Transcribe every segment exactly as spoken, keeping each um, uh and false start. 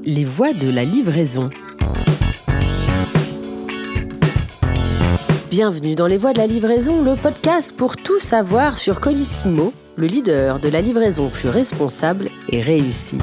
Les voies de la livraison. Bienvenue dans Les voies de la livraison, le podcast pour tout savoir sur Colissimo, le leader de la livraison plus responsable et réussie.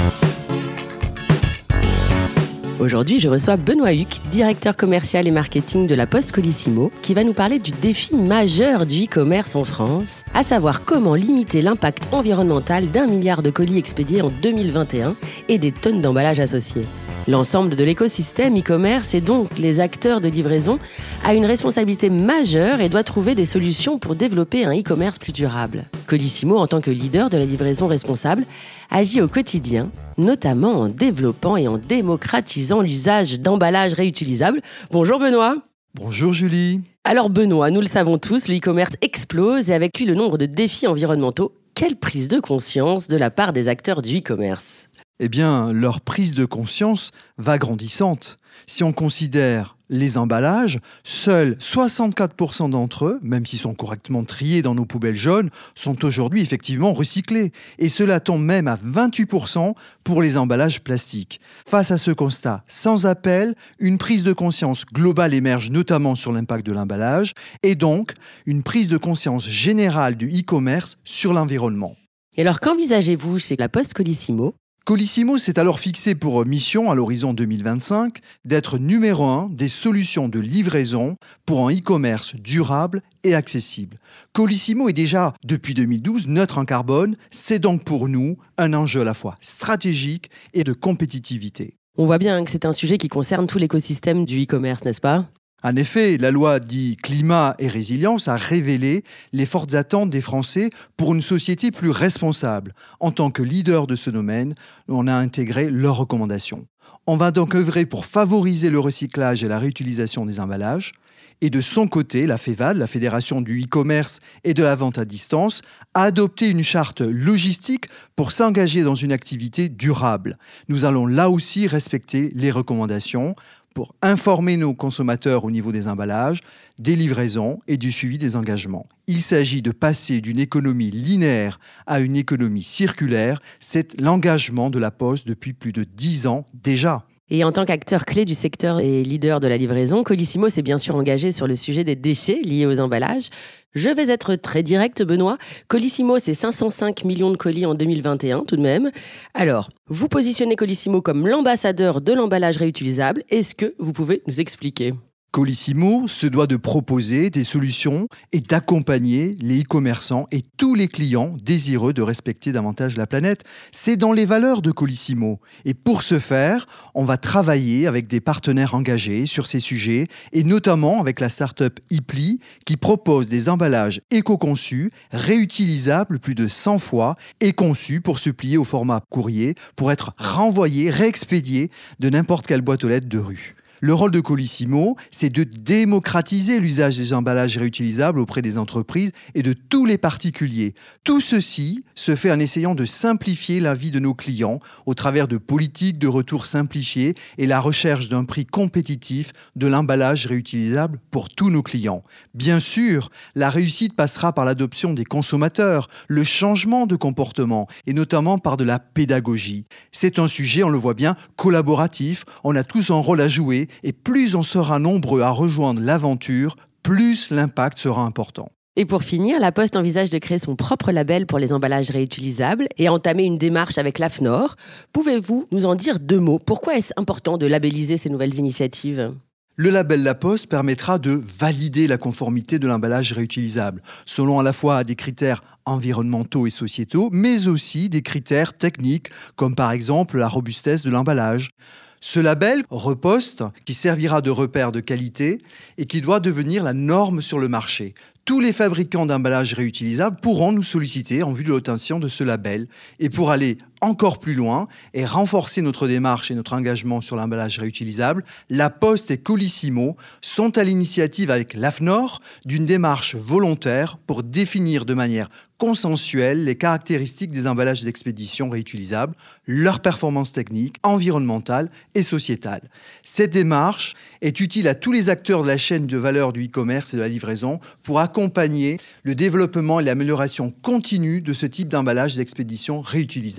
Aujourd'hui, je reçois Benoît Huc, directeur commercial et marketing de la Poste Colissimo, qui va nous parler du défi majeur du e-commerce en France, à savoir comment limiter l'impact environnemental d'un milliard de colis expédiés en deux mille vingt et un et des tonnes d'emballages associés. L'ensemble de l'écosystème e-commerce et donc les acteurs de livraison a une responsabilité majeure et doit trouver des solutions pour développer un e-commerce plus durable. Colissimo, en tant que leader de la livraison responsable, agit au quotidien, notamment en développant et en démocratisant l'usage d'emballages réutilisables. Bonjour Benoît. Bonjour Julie. Alors Benoît, nous le savons tous, le e-commerce explose et avec lui le nombre de défis environnementaux. Quelle prise de conscience de la part des acteurs du e-commerce ? Eh bien, leur prise de conscience va grandissante. Si on considère les emballages, seuls soixante-quatre pour cent d'entre eux, même s'ils sont correctement triés dans nos poubelles jaunes, sont aujourd'hui effectivement recyclés. Et cela tombe même à vingt-huit pour cent pour les emballages plastiques. Face à ce constat sans appel, une prise de conscience globale émerge notamment sur l'impact de l'emballage et donc une prise de conscience générale du e-commerce sur l'environnement. Et alors qu'envisagez-vous chez la Poste Colissimo ? Colissimo s'est alors fixé pour mission, à l'horizon deux mille vingt-cinq, d'être numéro un des solutions de livraison pour un e-commerce durable et accessible. Colissimo est déjà, depuis deux mille douze, neutre en carbone. C'est donc pour nous un enjeu à la fois stratégique et de compétitivité. On voit bien que c'est un sujet qui concerne tout l'écosystème du e-commerce, n'est-ce pas ? En effet, la loi dit climat et résilience a révélé les fortes attentes des Français pour une société plus responsable. En tant que leader de ce domaine, on a intégré leurs recommandations. On va donc œuvrer pour favoriser le recyclage et la réutilisation des emballages. Et de son côté, la FEVAD, la Fédération du e-commerce et de la vente à distance, a adopté une charte logistique pour s'engager dans une activité durable. Nous allons là aussi respecter les recommandations pour informer nos consommateurs au niveau des emballages, des livraisons et du suivi des engagements. Il s'agit de passer d'une économie linéaire à une économie circulaire. C'est l'engagement de la Poste depuis plus de dix ans déjà. Et en tant qu'acteur clé du secteur et leader de la livraison, Colissimo s'est bien sûr engagé sur le sujet des déchets liés aux emballages. Je vais être très direct, Benoît. Colissimo, c'est cinq cent cinq millions de colis en deux mille vingt et un, tout de même. Alors, vous positionnez Colissimo comme l'ambassadeur de l'emballage réutilisable. Est-ce que vous pouvez nous expliquer ? Colissimo se doit de proposer des solutions et d'accompagner les e-commerçants et tous les clients désireux de respecter davantage la planète. C'est dans les valeurs de Colissimo. Et pour ce faire, on va travailler avec des partenaires engagés sur ces sujets et notamment avec la start-up Ipli qui propose des emballages éco-conçus, réutilisables plus de cent fois et conçus pour se plier au format courrier pour être renvoyés, réexpédiés de n'importe quelle boîte aux lettres de rue. Le rôle de Colissimo, c'est de démocratiser l'usage des emballages réutilisables auprès des entreprises et de tous les particuliers. Tout ceci se fait en essayant de simplifier la vie de nos clients au travers de politiques de retour simplifiées et la recherche d'un prix compétitif de l'emballage réutilisable pour tous nos clients. Bien sûr, la réussite passera par l'adoption des consommateurs, le changement de comportement et notamment par de la pédagogie. C'est un sujet, on le voit bien, collaboratif. On a tous un rôle à jouer. Et plus on sera nombreux à rejoindre l'aventure, plus l'impact sera important. Et pour finir, la Poste envisage de créer son propre label pour les emballages réutilisables et entamer une démarche avec l'AFNOR. Pouvez-vous nous en dire deux mots ? Pourquoi est-ce important de labelliser ces nouvelles initiatives ? Le label La Poste permettra de valider la conformité de l'emballage réutilisable, selon à la fois des critères environnementaux et sociétaux, mais aussi des critères techniques, comme par exemple la robustesse de l'emballage. Ce label, Repost, qui servira de repère de qualité et qui doit devenir la norme sur le marché. Tous les fabricants d'emballages réutilisables pourront nous solliciter en vue de l'obtention de ce label. Et pour aller encore plus loin et renforcer notre démarche et notre engagement sur l'emballage réutilisable, La Poste et Colissimo sont à l'initiative avec l'AFNOR d'une démarche volontaire pour définir de manière consensuelle les caractéristiques des emballages d'expédition réutilisables, leurs performances techniques, environnementales et sociétales. Cette démarche est utile à tous les acteurs de la chaîne de valeur du e-commerce et de la livraison pour accompagner le développement et l'amélioration continue de ce type d'emballage d'expédition réutilisable.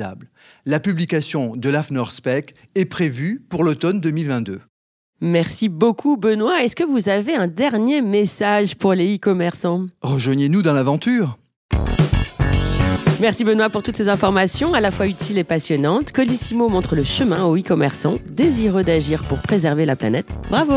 La publication de l'AFNOR-Spec est prévue pour l'automne deux mille vingt-deux. Merci beaucoup Benoît. Est-ce que vous avez un dernier message pour les e-commerçants ? Rejoignez-nous dans l'aventure. Merci Benoît pour toutes ces informations à la fois utiles et passionnantes. Colissimo montre le chemin aux e-commerçants désireux d'agir pour préserver la planète. Bravo !